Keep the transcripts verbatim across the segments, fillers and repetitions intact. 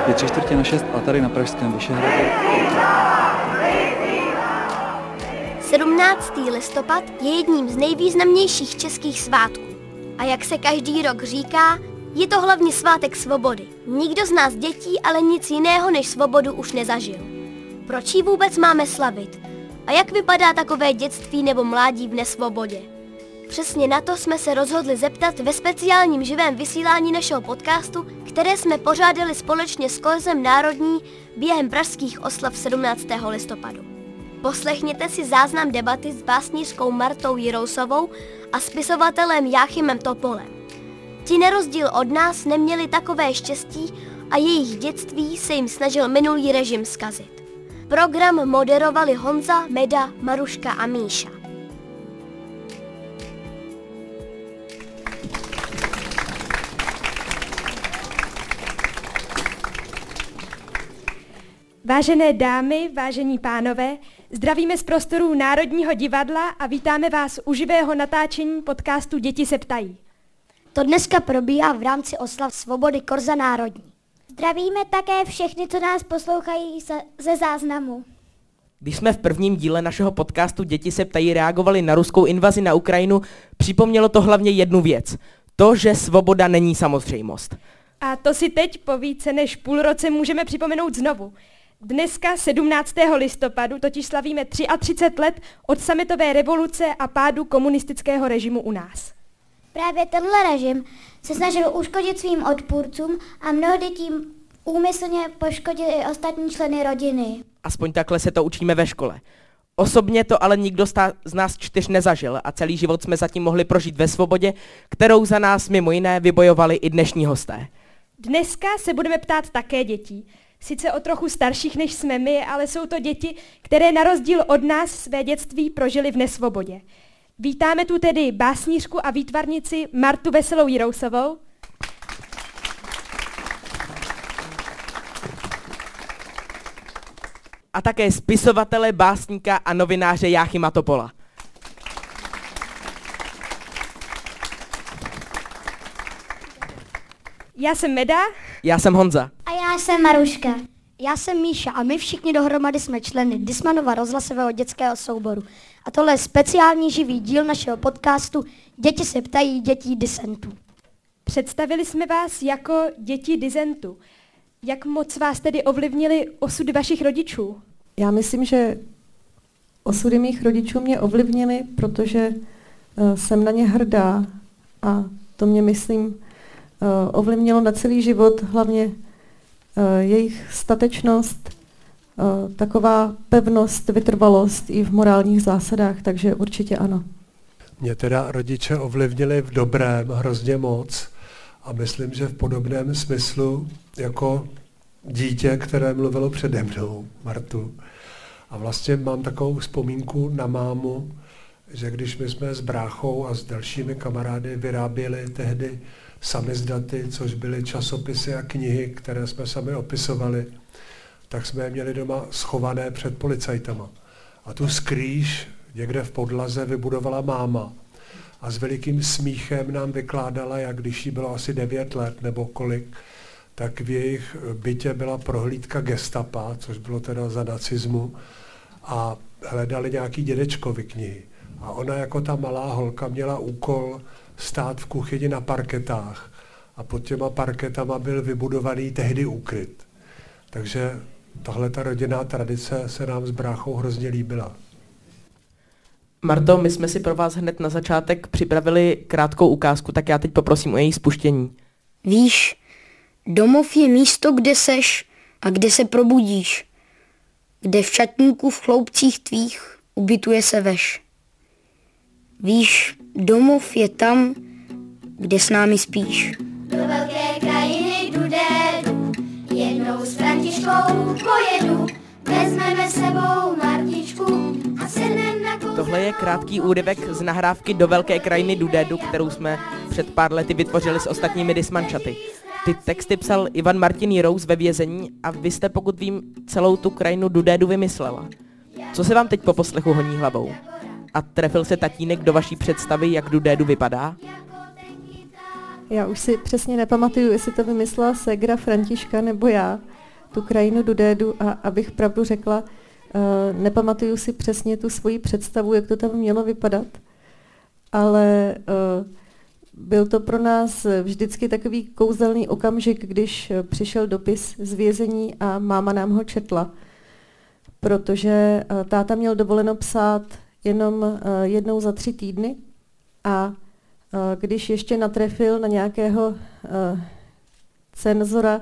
Je tři čtvrtě na šest a tady na pražském Vyšehradě. sedmnáctého listopad je jedním z nejvýznamnějších českých svátků. A jak se každý rok říká, je to hlavně svátek svobody. Nikdo z nás dětí ale nic jiného než svobodu už nezažil. Proč ji vůbec máme slavit? A jak vypadá takové dětství nebo mládí v nesvobodě? Přesně na to jsme se rozhodli zeptat ve speciálním živém vysílání našeho podcastu, které jsme pořádali společně s Kolezem národní během pražských oslav sedmnáctého listopadu. Poslechněte si záznam debaty s básnířkou Martou Jirousovou a spisovatelem Jáchymem Topolem. Ti na rozdíl od nás neměli takové štěstí a jejich dětství se jim snažil minulý režim zkazit. Program moderovali Honza, Meda, Maruška a Míša. Vážené dámy, vážení pánové, zdravíme z prostorů Národního divadla a vítáme vás u živého natáčení podcastu Děti se ptají. To dneska probíhá v rámci oslav svobody Korza národní. Zdravíme také všechny, co nás poslouchají ze záznamu. Když jsme v prvním díle našeho podcastu Děti se ptají reagovali na ruskou invazi na Ukrajinu, připomnělo to hlavně jednu věc. To, že svoboda není samozřejmost. A to si teď po více než půl roce můžeme připomenout znovu. Dneska sedmnáctého listopadu totiž slavíme třicet tři let od sametové revoluce a pádu komunistického režimu u nás. Právě tenhle režim se snažil uškodit svým odpůrcům a mnohdy tím úmyslně poškodil i ostatní členy rodiny. Aspoň takhle se to učíme ve škole. Osobně to ale nikdo z nás čtyř nezažil a celý život jsme zatím mohli prožít ve svobodě, kterou za nás mimo jiné vybojovali i dnešní hosté. Dneska se budeme ptát také dětí. Sice o trochu starších než jsme my, ale jsou to děti, které na rozdíl od nás své dětství prožili v nesvobodě. Vítáme tu tedy básnířku a výtvarnici Martu Veselou Jirousovou. A také spisovatele, básníka a novináře Jáchyma Topola. Já jsem Meda. Já jsem Honza. A já jsem Maruška. Já jsem Míša a my všichni dohromady jsme členy Dismanova rozhlasového dětského souboru. A tohle je speciální živý díl našeho podcastu Děti se ptají dětí disentů. Představili jsme vás jako děti disentu. Jak moc vás tedy ovlivnili osudy vašich rodičů? Já myslím, že osudy mých rodičů mě ovlivnily, protože uh, jsem na ně hrdá a to mě, myslím, uh, ovlivnilo na celý život, hlavně uh, jejich statečnost, uh, taková pevnost, vytrvalost i v morálních zásadách, takže určitě ano. Mě teda rodiče ovlivnili v dobrém hrozně moc a myslím, že v podobném smyslu jako dítě, které mluvilo přede mnou, Martu. A vlastně mám takovou vzpomínku na mámu, že když my jsme s bráchou a s dalšími kamarády vyráběli tehdy samizdaty, což byly časopisy a knihy, které jsme sami opisovali, tak jsme je měli doma schované před policajtama. A tu skrýž někde v podlaze vybudovala máma. A s velikým smíchem nám vykládala, jak když jí bylo asi devět let nebo kolik, tak v jejich bytě byla prohlídka gestapa, což bylo teda za nacismu, a hledali nějaký dědečkovy knihy. A ona jako ta malá holka měla úkol stát v kuchyni na parketách a pod těma parketama byl vybudovaný tehdy úkryt. Takže tahle ta rodinná tradice se nám s bráchou hrozně líbila. Marto, my jsme si pro vás hned na začátek připravili krátkou ukázku, tak já teď poprosím o její spuštění. Víš, domov je místo, kde seš a kde se probudíš, kde v šatníku v chloupcích tvých ubytuje se veš. Víš, domov je tam, kde s námi spíš. Do velké krajiny Dudédu, jednou s Františkou pojedu, vezmeme sebou Martičku a sedneme na kousek. Tohle je krátký úryvek z nahrávky Do velké krajiny Dudédu, kterou jsme před pár lety vytvořili s ostatními dismančaty. Ty texty psal Ivan Martin Jirous ve vězení a vy jste, pokud vím, celou tu krajinu Dudédu vymyslela. Co se vám teď po poslechu honí hlavou? A trefil se tatínek do vaší představy, jak Dudédu vypadá? Já už si přesně nepamatuju, jestli to vymyslela ségra Františka nebo já, tu krajinu Dudédu, a abych pravdu řekla, uh, nepamatuju si přesně tu svoji představu, jak to tam mělo vypadat, ale uh, byl to pro nás vždycky takový kouzelný okamžik, když přišel dopis z vězení a máma nám ho četla, protože uh, táta měl dovoleno psát jenom uh, jednou za tři týdny a když ještě natrefil na nějakého uh, cenzora,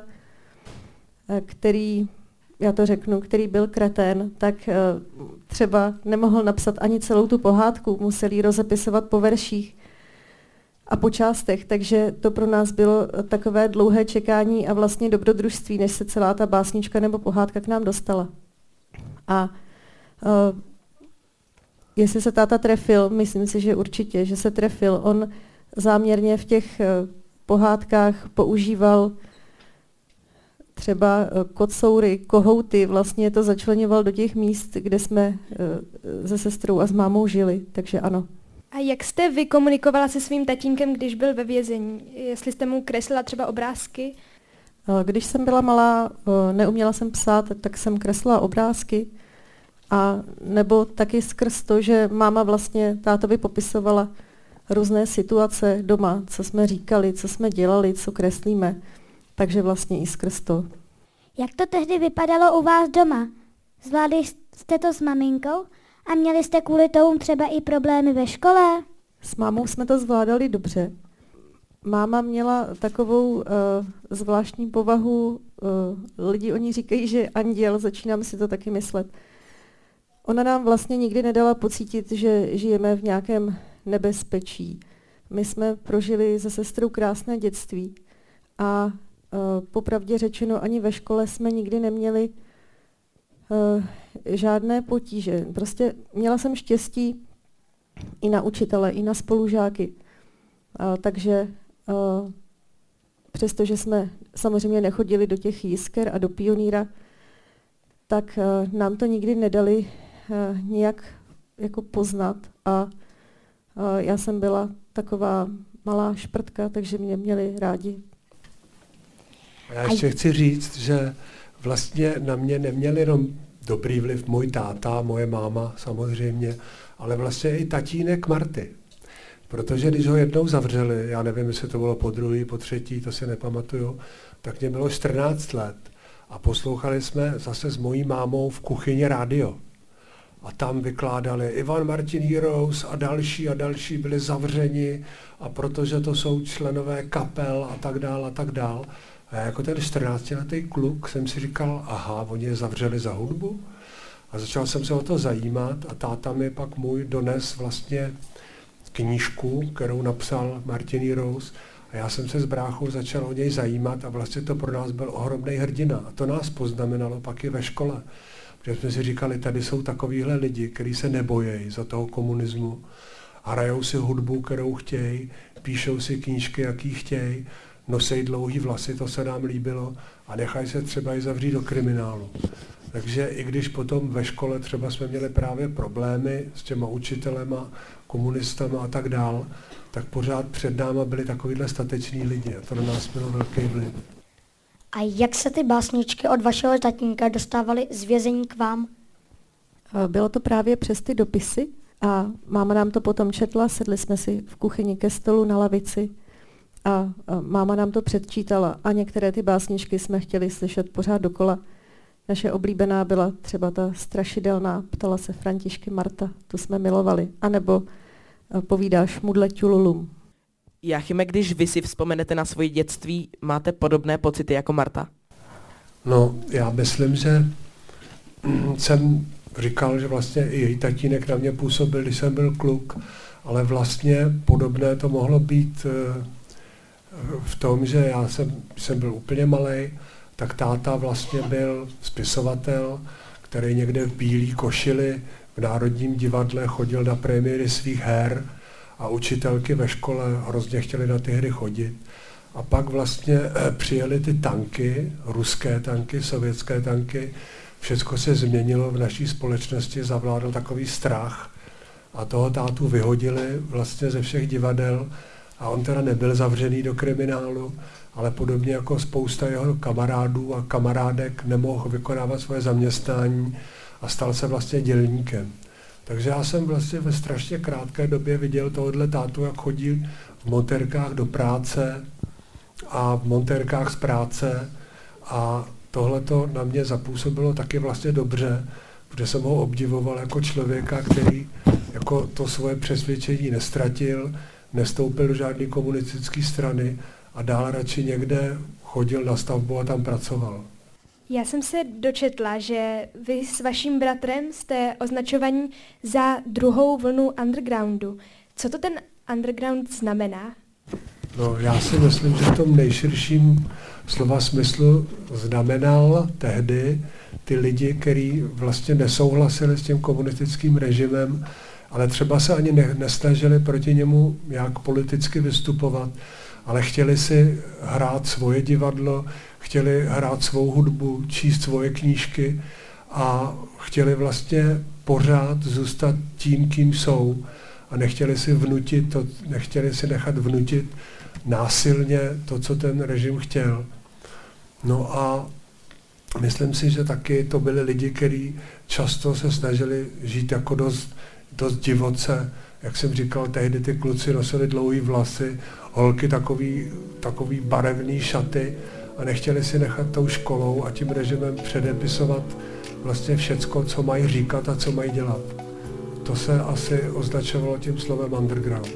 který, já to řeknu, který byl kretén, tak uh, třeba nemohl napsat ani celou tu pohádku, musel ji rozepisovat po verších a po částech, takže to pro nás bylo takové dlouhé čekání a vlastně dobrodružství, než se celá ta básnička nebo pohádka k nám dostala. A uh, jestli se táta trefil, myslím si, že určitě, že se trefil. On záměrně v těch pohádkách používal třeba kocoury, kohouty, vlastně to začleňoval do těch míst, kde jsme se sestrou a s mámou žili, takže ano. A jak jste vy komunikovala se svým tatínkem, když byl ve vězení? Jestli jste mu kreslila třeba obrázky? Když jsem byla malá, neuměla jsem psát, tak jsem kreslila obrázky. A nebo taky skrz to, že máma vlastně tátovi popisovala různé situace doma, co jsme říkali, co jsme dělali, co kreslíme. Takže vlastně i skrz to. Jak to tehdy vypadalo u vás doma? Zvládli jste to s maminkou a měli jste kvůli tomu třeba i problémy ve škole? S mámou jsme to zvládali dobře. Máma měla takovou uh, zvláštní povahu, uh, lidi o ní říkají, že anděl, začínám si to taky myslet. Ona nám vlastně nikdy nedala pocítit, že žijeme v nějakém nebezpečí. My jsme prožili se sestrou krásné dětství a uh, popravdě řečeno ani ve škole jsme nikdy neměli uh, žádné potíže. Prostě měla jsem štěstí i na učitele, i na spolužáky. Uh, takže uh, přestože jsme samozřejmě nechodili do těch jisker a do pionýra, tak uh, nám to nikdy nedali uh, nějak jako poznat a uh, já jsem byla taková malá šprtka, takže mě měli rádi. A já ještě chci říct, že vlastně na mě neměl jenom dobrý vliv můj táta, moje máma samozřejmě, ale vlastně i tatínek Marty. Protože když ho jednou zavřeli, já nevím, jestli to bylo po druhý, po třetí, to si nepamatuju, tak mě bylo čtrnáct let a poslouchali jsme zase s mojí mámou v kuchyni rádio. A tam vykládali Ivan Martin Heroes a další a další byli zavřeni a protože to jsou členové kapel a tak dál a tak dál. A já jako ten čtrnáctiletý kluk jsem si říkal, aha, oni je zavřeli za hudbu. A začal jsem se o to zajímat a táta mi pak můj dones vlastně knížku, kterou napsal Martin Heroes. A já jsem se s bráchou začal o něj zajímat a vlastně to pro nás byl ohromný hrdina. A to nás poznamenalo pak i ve škole. Protože jsme si říkali, tady jsou takovýhle lidi, kteří se nebojí za toho komunismu. Hrajou si hudbu, kterou chtějí, píšou si knížky, jaký chtějí, nosej dlouhý vlasy, to se nám líbilo, a nechají se třeba i zavřít do kriminálu. Takže i když potom ve škole třeba jsme měli právě problémy s těma učitelema, komunistama a tak dál, tak pořád před náma byli takovýhle stateční lidi a to na nás mělo velký vliv. A jak se ty básničky od vašeho tatínka dostávaly z vězení k vám? Bylo to právě přes ty dopisy a máma nám to potom četla, sedli jsme si v kuchyni ke stolu na lavici a máma nám to předčítala a některé ty básničky jsme chtěli slyšet pořád dokola. Naše oblíbená byla třeba ta strašidelná, ptala se Františky Marta, tu jsme milovali, anebo povídáš Mudle ťululum. Jáchyme, když vy si vzpomenete na svoje dětství, máte podobné pocity jako Marta? No, já myslím, že jsem říkal, že vlastně i její tatínek na mě působil, když jsem byl kluk, ale vlastně podobné to mohlo být v tom, že já jsem, jsem byl úplně malej, tak táta vlastně byl spisovatel, který někde v bílý košili v Národním divadle chodil na premiéry svých her a učitelky ve škole hrozně chtěli na ty hry chodit. A pak vlastně přijeli ty tanky, ruské tanky, sovětské tanky, všechno se změnilo v naší společnosti, zavládl takový strach a toho tátu vyhodili vlastně ze všech divadel A on teda nebyl zavřený do kriminálu, ale podobně jako spousta jeho kamarádů a kamarádek nemohl vykonávat svoje zaměstnání a stal se vlastně dělníkem. Takže já jsem vlastně ve strašně krátké době viděl tohohle tátu, jak chodí v montérkách do práce a v montérkách z práce a tohleto na mě zapůsobilo taky vlastně dobře, protože jsem ho obdivoval jako člověka, který jako to svoje přesvědčení nestratil, nestoupil do žádné komunistické strany a dál radši někde chodil na stavbu a tam pracoval. Já jsem se dočetla, že vy s vaším bratrem jste označovaní za druhou vlnu undergroundu. Co to ten underground znamená? No, já si myslím, že v tom nejširším slova smyslu znamenal tehdy ty lidi, kteří vlastně nesouhlasili s tím komunistickým režimem, ale třeba se ani ne, nesnažili proti němu jak politicky vystupovat, ale chtěli si hrát svoje divadlo, chtěli hrát svou hudbu, číst svoje knížky a chtěli vlastně pořád zůstat tím, kým jsou a nechtěli si vnutit, to, nechtěli si nechat vnutit násilně to, co ten režim chtěl. No a myslím si, že taky to byli lidi, kteří často se snažili žít jako dost, dost divoce. Jak jsem říkal, tehdy ty kluci nosili dlouhý vlasy, holky takový, takový barevný šaty a nechtěli si nechat tou školou a tím režimem předepisovat vlastně všecko, co mají říkat a co mají dělat. To se asi označovalo tím slovem underground.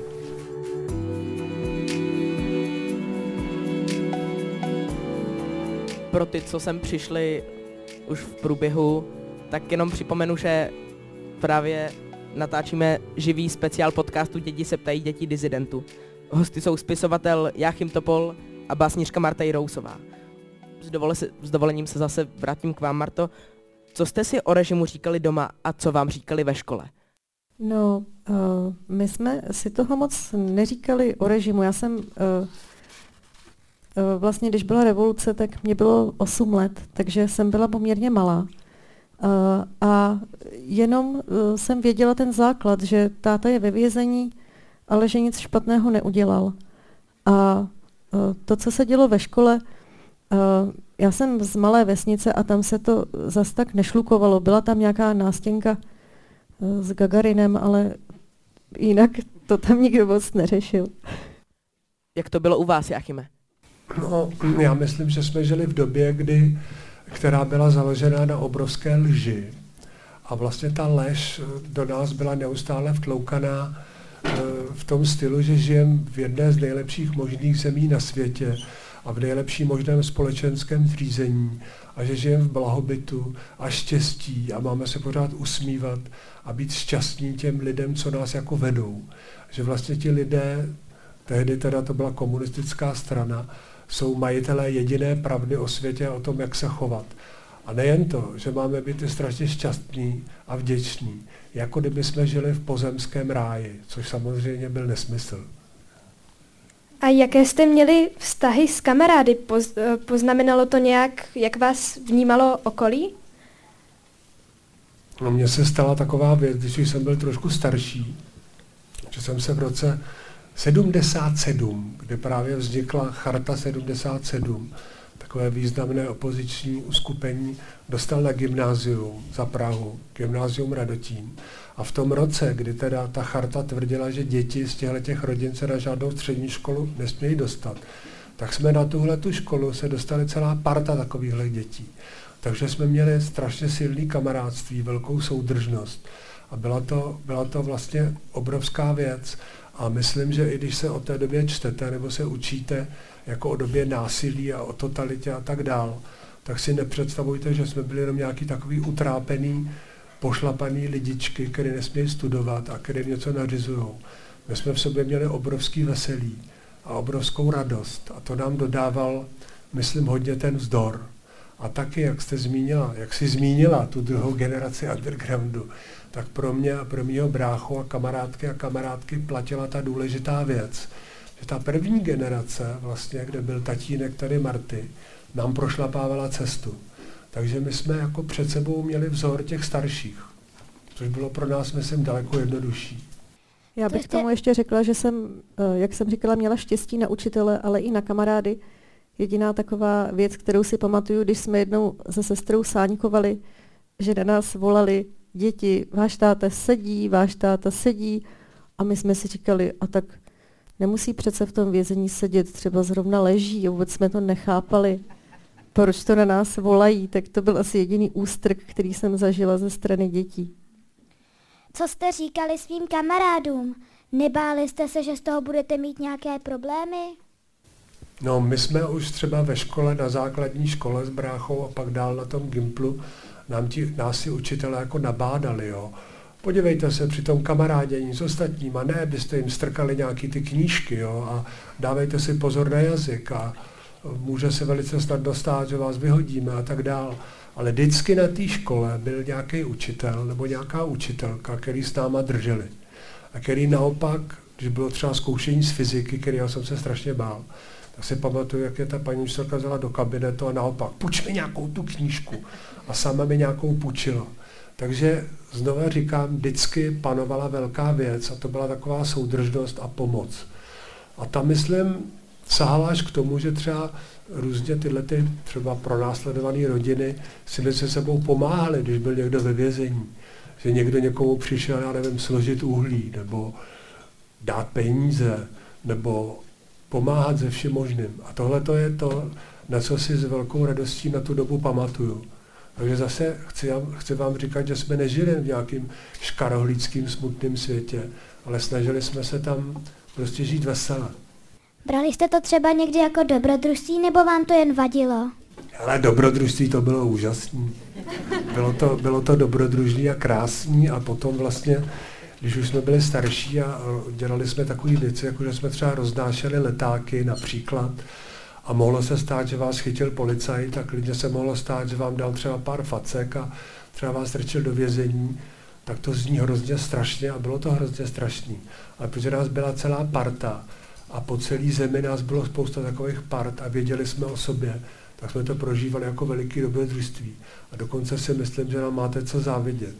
Pro ty, co sem přišli už v průběhu, tak jenom připomenu, že právě natáčíme živý speciál podcastu Děti se ptají dětí disidentů. Hosty jsou spisovatel Jáchym Topol a básnířka Marta Jirousová. S, dovole se, s dovolením se zase vrátím k vám, Marto. Co jste si o režimu říkali doma a co vám říkali ve škole? No, uh, my jsme si toho moc neříkali o režimu. Já jsem uh, uh, vlastně, když byla revoluce, tak mě bylo osm let, takže jsem byla poměrně malá. Uh, a jenom uh, jsem věděla ten základ, že táta je ve vězení, ale že nic špatného neudělal. A uh, to, co se dělo ve škole, uh, já jsem z malé vesnice a tam se to zas tak nešlukovalo. Byla tam nějaká nástěnka uh, s Gagarinem, ale jinak to tam nikdo moc neřešil. Jak to bylo u vás, Jáchyme? No, já myslím, že jsme žili v době, kdy, která byla založena na obrovské lži. A vlastně ta lež do nás byla neustále vtloukaná v tom stylu, že žijeme v jedné z nejlepších možných zemí na světě a v nejlepším možném společenském zřízení a že žijeme v blahobytu a štěstí a máme se pořád usmívat a být šťastní těm lidem, co nás jako vedou. Že vlastně ti lidé, tehdy teda to byla komunistická strana, jsou majitelé jediné pravdy o světě a o tom, jak se chovat. A nejen to, že máme být strašně šťastní a vděční, jako kdyby jsme žili v pozemském ráji, což samozřejmě byl nesmysl. A jaké jste měli vztahy s kamarády? Poz, poznamenalo to nějak, jak vás vnímalo okolí? No, mně se stala taková věc, když jsem byl trošku starší, že jsem se v roce sedmdesát sedm, kdy právě vznikla Charta sedmdesát sedm, takové významné opoziční uskupení, dostal na gymnázium za Prahu, gymnázium Radotín. A v tom roce, kdy teda ta charta tvrdila, že děti z těchto rodin se na žádnou střední školu nesmějí dostat, tak jsme na tuhle tu školu se dostali celá parta takovýchhle dětí. Takže jsme měli strašně silný kamarádství, velkou soudržnost. A byla to, byla to vlastně obrovská věc. A myslím, že i když se o té době čtete nebo se učíte jako o době násilí a o totalitě a tak dál, tak si nepředstavujte, že jsme byli jenom nějaký takový utrápený, pošlapaný lidičky, který nesmějí studovat a kterým něco nařizujou. My jsme v sobě měli obrovský veselí a obrovskou radost a to nám dodával, myslím, hodně ten vzdor. A taky, jak jste zmínila, jak jsi zmínila tu druhou generaci undergroundu, tak pro mě a pro mýho bráchu a kamarádky a kamarádky platila ta důležitá věc, že ta první generace, vlastně, kde byl tatínek tady Marty, nám prošlapávala cestu. Takže my jsme jako před sebou měli vzor těch starších, což bylo pro nás, myslím, daleko jednodušší. Já To bych jste- tomu ještě řekla, že jsem, eh, jak jsem říkala, měla štěstí na učitele, ale i na kamarády. Jediná taková věc, kterou si pamatuju, když jsme jednou se sestrou sáňkovali, že na nás volali děti, váš táta sedí, váš táta sedí, a my jsme si říkali, a tak nemusí přece v tom vězení sedět, třeba zrovna leží, a vůbec jsme to nechápali, proč to na nás volají. Tak to byl asi jediný ústrk, který jsem zažila ze strany dětí. Co jste říkali svým kamarádům? Nebáli jste se, že z toho budete mít nějaké problémy? No, my jsme už třeba ve škole, na základní škole s bráchou a pak dál na tom Gimplu, nám ti, nás ti učitelé jako nabádali, jo. Podívejte se při tom kamarádění s ostatníma, ne, byste jim strkali nějaký ty knížky, jo, a dávejte si pozor na jazyk a může se velice snadno stát, že vás vyhodíme a tak dál. Ale vždycky na té škole byl nějaký učitel nebo nějaká učitelka, který s náma drželi. A který naopak, když bylo třeba zkoušení z fyziky, kterého jsem se strašně bál, tak si pamatuju, jak je ta paní učitelka vzala do kabinetu a naopak, půjč mi nějakou tu knížku. A sama mi nějakou půjčila. Takže znova říkám, vždycky panovala velká věc a to byla taková soudržnost a pomoc. A tam, myslím, sahala až k tomu, že třeba různě tyhle ty třeba pronásledované rodiny si mezi sebou pomáhaly, když byl někdo ve vězení. Že někdo někomu přišel, já nevím, složit uhlí, nebo dát peníze, nebo pomáhat ze vším možným. A tohle to je to, na co si s velkou radostí na tu dobu pamatuju. Takže zase chci, chci vám říkat, že jsme nežili v nějakým škarohlíckým smutným světě, ale snažili jsme se tam prostě žít veselé. Brali jste to třeba někdy jako dobrodružství, nebo vám to jen vadilo? Ale dobrodružství to bylo úžasné. Bylo to, bylo to dobrodružný a krásný a potom vlastně, když už jsme byli starší a dělali jsme takové věci, jako že jsme třeba roznášeli letáky například a mohlo se stát, že vás chytil policajt a klidně se mohlo stát, že vám dal třeba pár facek a třeba vás strčil do vězení, tak to zní hrozně strašně a bylo to hrozně strašný. Ale protože nás byla celá parta a po celé zemi nás bylo spousta takových part a věděli jsme o sobě, tak jsme to prožívali jako veliký dobrodružství. A dokonce si myslím, že nám máte co závidět.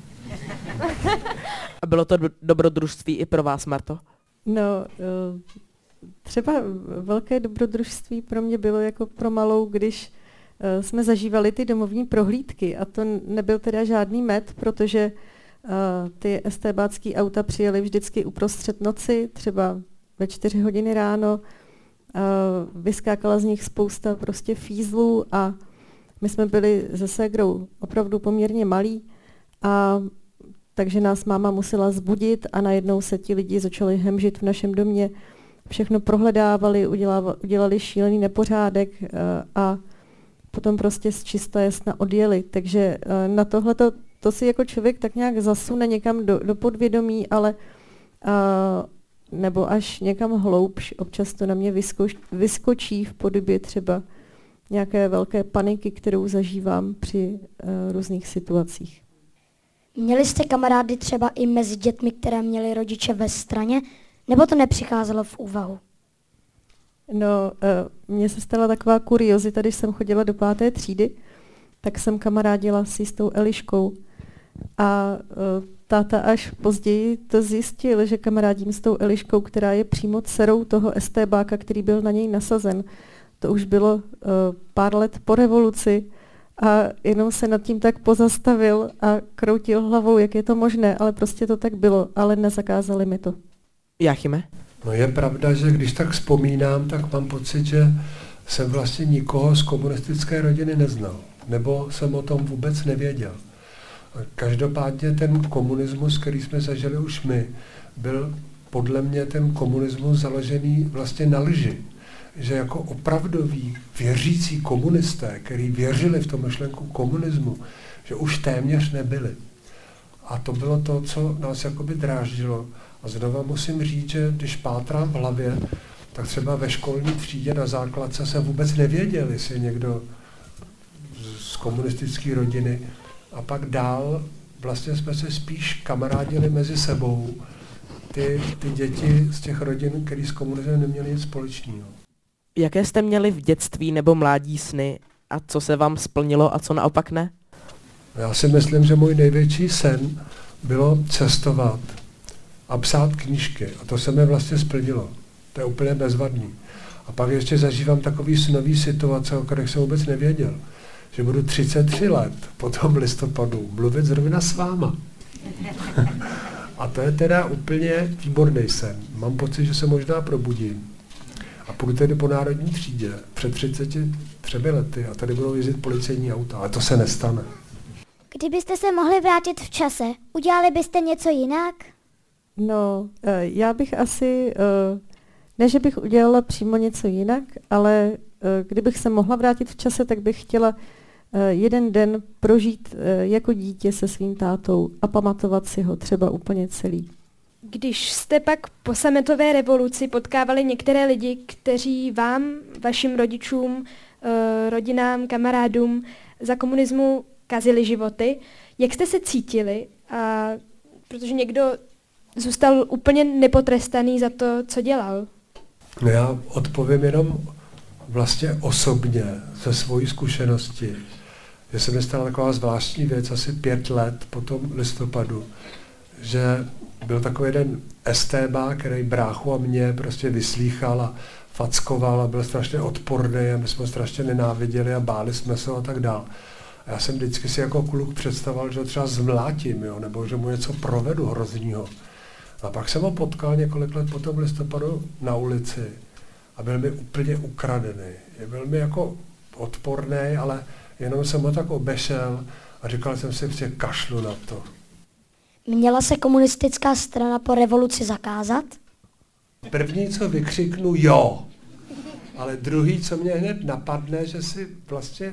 A bylo to do- dobrodružství i pro vás, Marto? No, třeba velké dobrodružství pro mě bylo jako pro malou, když jsme zažívali ty domovní prohlídky a to nebyl teda žádný med, protože ty estébácký auta přijeli vždycky uprostřed noci, třeba ve čtyři hodiny ráno, vyskákala z nich spousta prostě fízlů a my jsme byli se ségrou opravdu poměrně malí a takže nás máma musela zbudit a najednou se ti lidi začali hemžit v našem domě, všechno prohledávali, udělávali, udělali šílený nepořádek a potom prostě z čista jasna odjeli. Takže na tohleto to si jako člověk tak nějak zasune někam do, do podvědomí, ale nebo až někam hloubš, občas to na mě vyskoč, vyskočí v podobě třeba nějaké velké paniky, kterou zažívám při uh, různých situacích. Měli jste kamarády třeba i mezi dětmi, které měly rodiče ve straně, nebo to nepřicházelo v úvahu? No, uh, mně se stala taková kuriozita, když jsem chodila do páté třídy, tak jsem kamarádila s jistou Eliškou a uh, táta až později to zjistil, že kamarádím s tou Eliškou, která je přímo dcerou toho estébáka, který byl na něj nasazen. To už bylo uh, pár let po revoluci a jenom se nad tím tak pozastavil a kroutil hlavou, jak je to možné, ale prostě to tak bylo, ale nezakázali mi to. Jáchyme? No je pravda, že když tak vzpomínám, tak mám pocit, že jsem vlastně nikoho z komunistické rodiny neznal, nebo jsem o tom vůbec nevěděl. Každopádně ten komunismus, který jsme zažili už my, byl podle mě ten komunismus založený vlastně na lži. Že jako opravdoví věřící komunisté, kteří věřili v tom myšlenku komunismu, že už téměř nebyli. A to bylo to, co nás jakoby dráždilo. A znova musím říct, že když pátrám v hlavě, tak třeba ve školní třídě na základce se vůbec nevěděl, jestli je někdo z komunistické rodiny. A pak dál vlastně jsme se spíš kamarádili mezi sebou. Ty, ty děti z těch rodin, které s komunismem neměly nic společného. Jaké jste měli v dětství nebo mládí sny a co se vám splnilo a co naopak ne? Já si myslím, že můj největší sen bylo cestovat a psát knížky. A to se mi vlastně splnilo. To je úplně bezvadný. A pak ještě zažívám takový snový situace, o kterých jsem vůbec nevěděl. Že budu třicet tři let po tom listopadu mluvit zrovna s váma. A to je teda úplně výborný sen. Mám pocit, že se možná probudím. A půjdu tedy po Národní třídě před třiceti třemi lety a tady budou jezdit policejní auta. Ale to se nestane. Kdybyste se mohli vrátit v čase, udělali byste něco jinak? No, já bych asi, ne, že bych udělala přímo něco jinak, ale kdybych se mohla vrátit v čase, tak bych chtěla jeden den prožít jako dítě se svým tátou a pamatovat si ho třeba úplně celý. Když jste pak po sametové revoluci potkávali některé lidi, kteří vám, vašim rodičům, rodinám, kamarádům za komunismu kazili životy, jak jste se cítili? A protože někdo zůstal úplně nepotrestaný za to, co dělal. No já odpovím jenom vlastně osobně ze svojí zkušenosti. Že se mi stala taková zvláštní věc asi pět let po tom listopadu, že byl takový jeden estébák, který bráchu a mě prostě vyslýchal a fackoval a byl strašně odporný a my jsme ho strašně nenáviděli a báli jsme se a tak dál. A já jsem vždycky si jako kluk představoval, že ho třeba zmlátím, jo, nebo že mu něco provedu hroznýho. A pak jsem ho potkal několik let po tom listopadu na ulici a byl mi úplně ukradený. Byl mi jako odporný, ale jenom jsem ho tak obešel a říkal jsem si, že kašlu na to. Měla se komunistická strana po revoluci zakázat? První, co vykřiknu, jo. Ale druhý, co mě hned napadne, že si vlastně,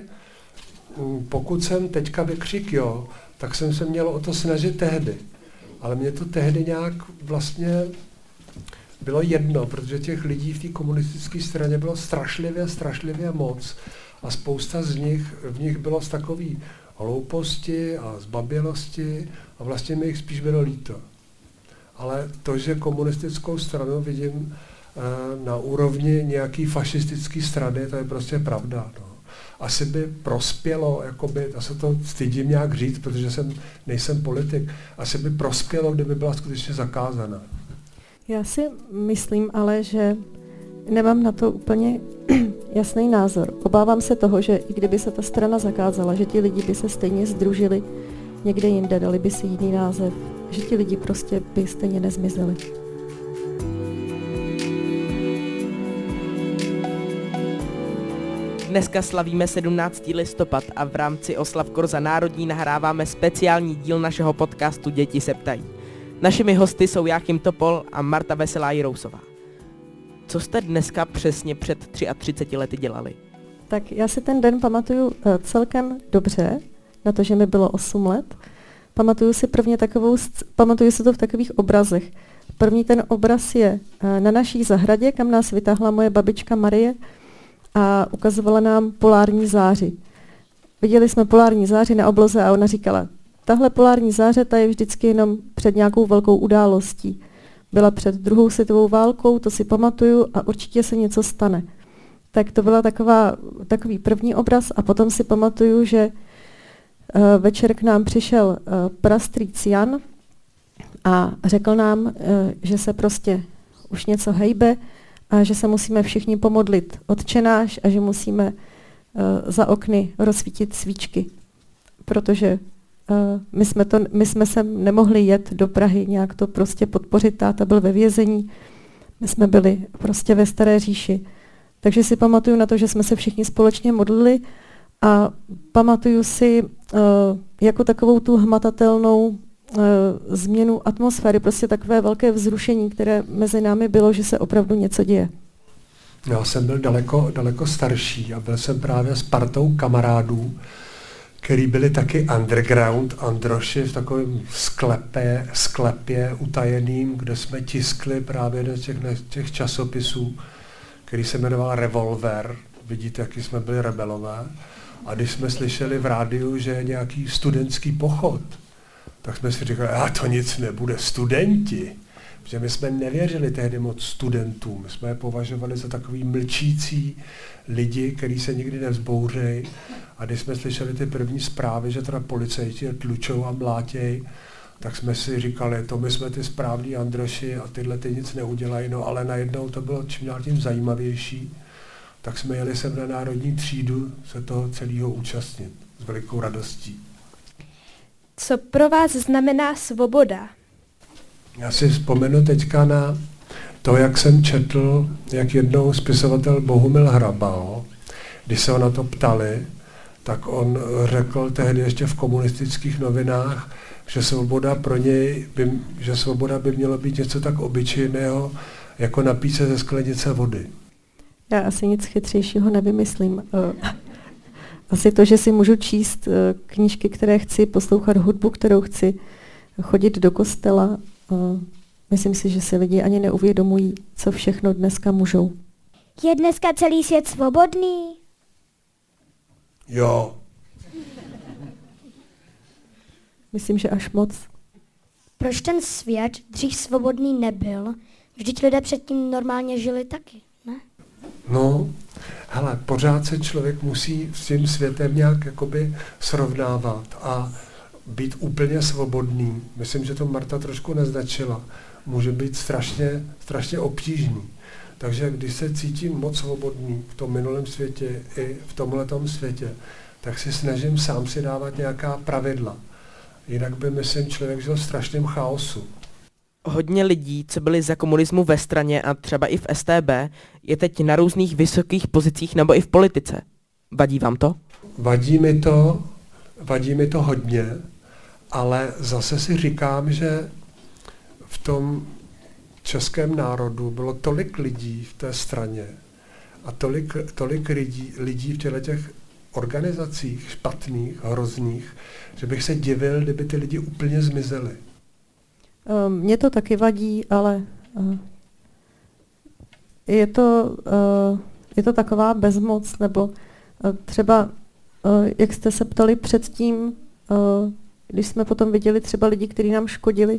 pokud jsem teďka vykřik jo, tak jsem se měl o to snažit tehdy. Ale mě to tehdy nějak vlastně bylo jedno, protože těch lidí v té komunistické straně bylo strašlivě, strašlivě moc. A spousta z nich, v nich bylo z takový hlouposti a zbabělosti a vlastně mi jich spíš bylo líto. Ale to, že komunistickou stranu vidím e, na úrovni nějaký fašistický strany, to je prostě pravda. No. Asi by prospělo, jakoby, já se to stydím nějak říct, protože jsem, nejsem politik, asi by prospělo, kdyby byla skutečně zakázaná. Já si myslím ale, že nemám na to úplně jasný názor. Obávám se toho, že i kdyby se ta strana zakázala, že ti lidi by se stejně sdružili někde jinde, dali by si jiný název, že ti lidi prostě by stejně nezmizeli. Dneska slavíme sedmnáctý listopad a v rámci oslav Korza národní nahráváme speciální díl našeho podcastu Děti se ptají. Našimi hosty jsou Jáchym Topol a Marta Veselá Jirousová. Co jste dneska přesně před třiatřiceti lety dělali? Tak já si ten den pamatuju celkem dobře, na to, že mi bylo osm let. Pamatuju si prvně takovou, pamatuju si to v takových obrazech. První ten obraz je na naší zahradě, kam nás vytáhla moje babička Marie a ukazovala nám polární záři. Viděli jsme polární záři na obloze a ona říkala, tahle polární záře ta je vždycky jenom před nějakou velkou událostí. Byla před druhou světovou válkou, to si pamatuju a určitě se něco stane. Tak to byla taková, takový první obraz a potom si pamatuju, že uh, večer k nám přišel uh, prastrýc Jan a řekl nám, uh, že se prostě už něco hejbe a že se musíme všichni pomodlit Otčenáš a že musíme uh, za okny rozsvítit svíčky, protože Uh, my, jsme to, my jsme sem nemohli jet do Prahy, nějak to prostě podpořit, táta byl ve vězení, my jsme byli prostě ve Staré říši. Takže si pamatuju na to, že jsme se všichni společně modlili a pamatuju si uh, jako takovou tu hmatatelnou uh, změnu atmosféry, prostě takové velké vzrušení, které mezi námi bylo, že se opravdu něco děje. Já jsem byl daleko, daleko starší a byl jsem právě s partou kamarádů, který byli taky underground, androši v takovém sklepě, sklepě utajeným, kde jsme tiskli právě do těch, těch časopisů, který se jmenoval Revolver. Vidíte, jaký jsme byli rebelové. A když jsme slyšeli v rádiu, že je nějaký studentský pochod, tak jsme si říkali, a to nic nebude, studenti. Protože my jsme nevěřili tehdy moc studentům. My jsme je považovali za takový mlčící lidi, kteří se nikdy nevzbouřejí. A když jsme slyšeli ty první zprávy, že teda policajti tlučou a mlátěj, tak jsme si říkali, to my jsme ty správní Androši a tyhle ty nic neudělají, no ale najednou to bylo čím dál tím zajímavější, tak jsme jeli sem na národní třídu se toho celého účastnit s velikou radostí. Co pro vás znamená svoboda? Já si vzpomenu teďka na to, jak jsem četl, jak jednou spisovatel Bohumil Hrabal, když se ho na to ptali, tak on řekl tehdy ještě v komunistických novinách, že svoboda pro něj, by, že svoboda by mělo být něco tak obyčejného, jako napít se ze sklenice vody. Já asi nic chytřejšího nevymyslím. Asi to, že si můžu číst knížky, které chci, poslouchat hudbu, kterou chci, chodit do kostela. Myslím si, že si lidi ani neuvědomují, co všechno dneska můžou. Je dneska celý svět svobodný? Jo. Myslím, že až moc. Proč ten svět dřív svobodný nebyl? Vždyť lidé předtím normálně žili taky, ne? No, hele, pořád se člověk musí s tím světem nějak jakoby srovnávat a být úplně svobodný. Myslím, že to Marta trošku naznačila. Může být strašně, strašně obtížný. Takže když se cítím moc svobodný v tom minulém světě i v tomhletom světě, tak si snažím sám si dávat nějaká pravidla. Jinak by, myslím, člověk žil v strašném chaosu. Hodně lidí, co byli za komunismu ve straně a třeba i v S T B, je teď na různých vysokých pozicích nebo i v politice. Vadí vám to? Vadí mi to, vadí mi to hodně, ale zase si říkám, že v tom českém národu bylo tolik lidí v té straně a tolik, tolik lidí, lidí v těchto těch organizacích špatných, hrozných, že bych se divil, kdyby ty lidi úplně zmizeli. Mně to taky vadí, ale je to, je to taková bezmoc, nebo třeba, jak jste se ptali předtím, když jsme potom viděli třeba lidi, kteří nám škodili,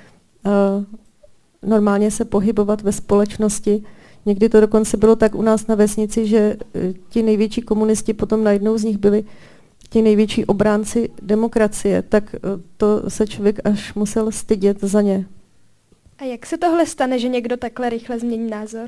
normálně se pohybovat ve společnosti. Někdy to dokonce bylo tak u nás na vesnici, že ti největší komunisti potom najednou z nich byli ti největší obránci demokracie, tak to se člověk až musel stydět za ně. A jak se tohle stane, že někdo takhle rychle změní názor?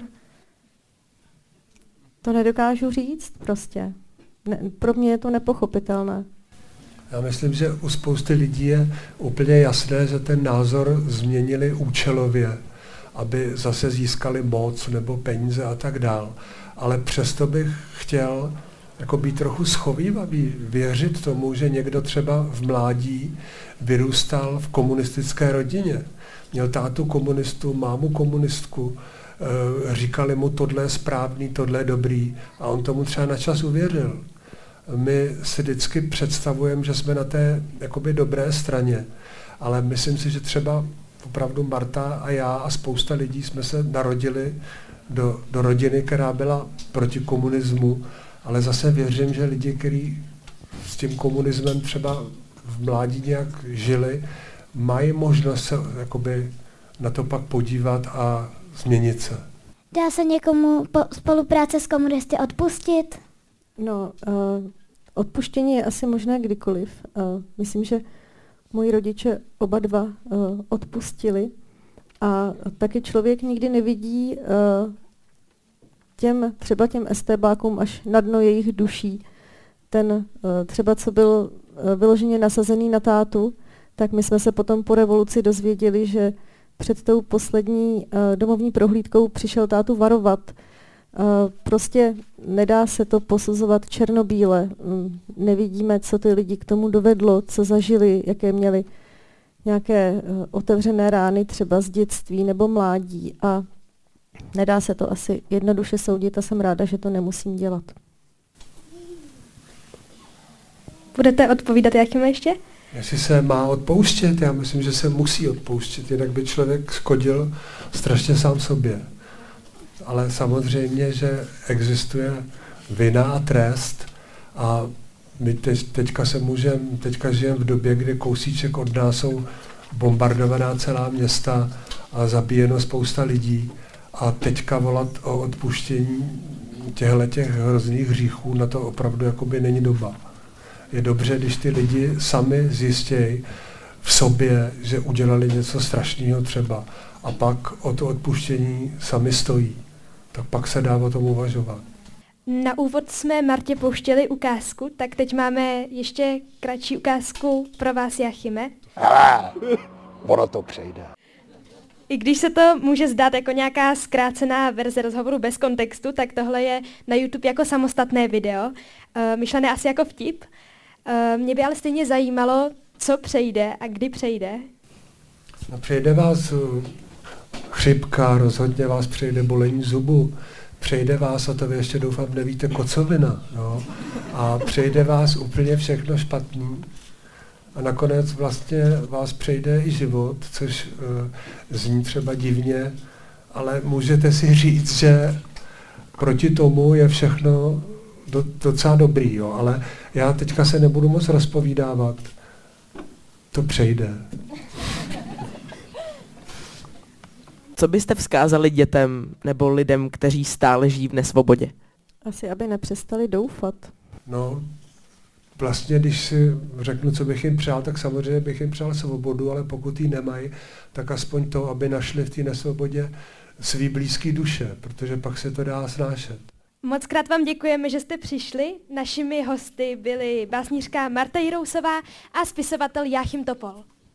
To nedokážu říct prostě. Ne, pro mě je to nepochopitelné. Já myslím, že u spousty lidí je úplně jasné, že ten názor změnili účelově, aby zase získali moc nebo peníze a tak dál. Ale přesto bych chtěl jako být trochu schovívavý, věřit tomu, že někdo třeba v mládí vyrůstal v komunistické rodině. Měl tátu komunistu, mámu komunistku, říkali mu, tohle je správný, tohle je dobrý a on tomu třeba na čas uvěřil. My si vždycky představujeme, že jsme na té jakoby dobré straně, ale myslím si, že třeba opravdu Marta a já a spousta lidí jsme se narodili do, do rodiny, která byla proti komunismu, ale zase věřím, že lidi, kteří s tím komunismem třeba v mládí nějak žili, mají možnost se jakoby na to pak podívat a změnit se. Dá se někomu po spolupráce s komunisty odpustit? No, uh, odpuštění je asi možné kdykoliv. Uh, myslím, že moji rodiče oba dva uh, odpustili a taky člověk nikdy nevidí uh, těm, třeba těm estébákům až na dno jejich duší. Ten uh, třeba, co byl uh, vyloženě nasazený na tátu, tak my jsme se potom po revoluci dozvěděli, že před tou poslední uh, domovní prohlídkou přišel tátu varovat. Uh, prostě nedá se to posuzovat černobíle. Um, nevidíme, co ty lidi k tomu dovedlo, co zažili, jaké měli nějaké uh, otevřené rány třeba z dětství nebo mládí a nedá se to asi jednoduše soudit a jsem ráda, že to nemusím dělat. Budete odpovídat Jakime ještě? Jestli se má odpouštět, já myslím, že se musí odpouštět, jinak by člověk škodil strašně sám sobě. Ale samozřejmě, že existuje vina a trest a my teď, teďka se můžeme, teďka žijeme v době, kdy kousíček od nás jsou bombardovaná celá města a zabíjeno spousta lidí a teďka volat o odpuštění těchto hrozných hříchů, na to opravdu jakoby není doba. Je dobře, když ty lidi sami zjistějí v sobě, že udělali něco strašného třeba a pak o to odpuštění sami stojí, tak pak se dá o tom uvažovat. Na úvod jsme Martě pouštěli ukázku, tak teď máme ještě kratší ukázku pro vás, Jáchyme. Ah, ono to přejde. I když se to může zdát jako nějaká zkrácená verze rozhovoru bez kontextu, tak tohle je na YouTube jako samostatné video, uh, myšlené asi jako vtip. Uh, mě by ale stejně zajímalo, co přejde a kdy přejde. No, přejde vás chřipka, rozhodně vás přejde bolení zubu, přejde vás, a to vy ještě doufám nevíte, kocovina, no? A přejde vás úplně všechno špatný. A nakonec vlastně vás přejde i život, což uh, zní třeba divně, ale můžete si říct, že proti tomu je všechno do, docela dobrý, jo? Ale já teďka se nebudu moc rozpovídávat. To přejde. Co byste vzkázali dětem nebo lidem, kteří stále žijí v nesvobodě? Asi, aby nepřestali doufat. No, vlastně, když si řeknu, co bych jim přál, tak samozřejmě bych jim přál svobodu, ale pokud ji nemají, tak aspoň to, aby našli v té nesvobodě svý blízký duše, protože pak se to dá snášet. Moc krát vám děkujeme, že jste přišli. Našimi hosty byly básnířka Marta Jirousová a spisovatel Jáchym Topol.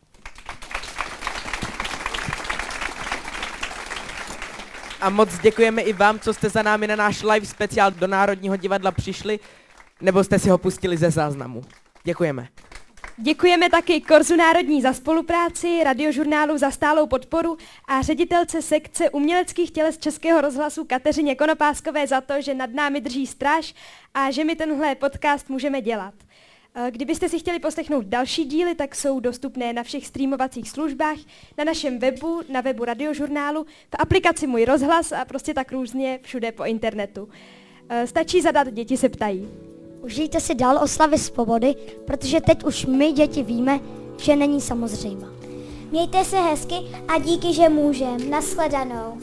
A moc děkujeme i vám, co jste za námi na náš live speciál do Národního divadla přišli, nebo jste si ho pustili ze záznamu. Děkujeme. Děkujeme taky Korzu Národní za spolupráci, Radiožurnálu za stálou podporu a ředitelce sekce uměleckých těles Českého rozhlasu Kateřině Konopáskové za to, že nad námi drží stráž a že my tenhle podcast můžeme dělat. Kdybyste si chtěli poslechnout další díly, tak jsou dostupné na všech streamovacích službách, na našem webu, na webu Radiožurnálu, v aplikaci Můj rozhlas a prostě tak různě všude po internetu. Stačí zadat Děti se ptají. Užijte si dál oslavy svobody, protože teď už my děti víme, že není samozřejmá. Mějte se hezky a díky, že můžem. Nashledanou.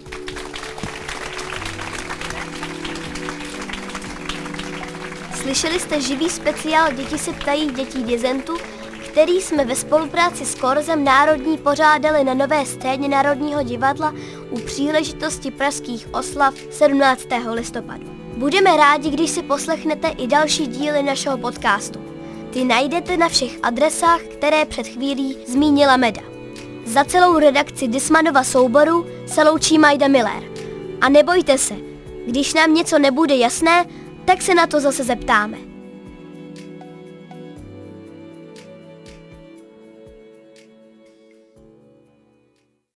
Slyšeli jste živý speciál Děti se ptají dětí Dizentu, který jsme ve spolupráci s Korzem Národní pořádali na Nové scéně Národního divadla u příležitosti pražských oslav sedmnáctého listopadu. Budeme rádi, když si poslechnete i další díly našeho podcastu. Ty najdete na všech adresách, které před chvílí zmínila Meda. Za celou redakci Dismanova souboru se loučí Majda Miller. A nebojte se, když nám něco nebude jasné, tak se na to zase zeptáme.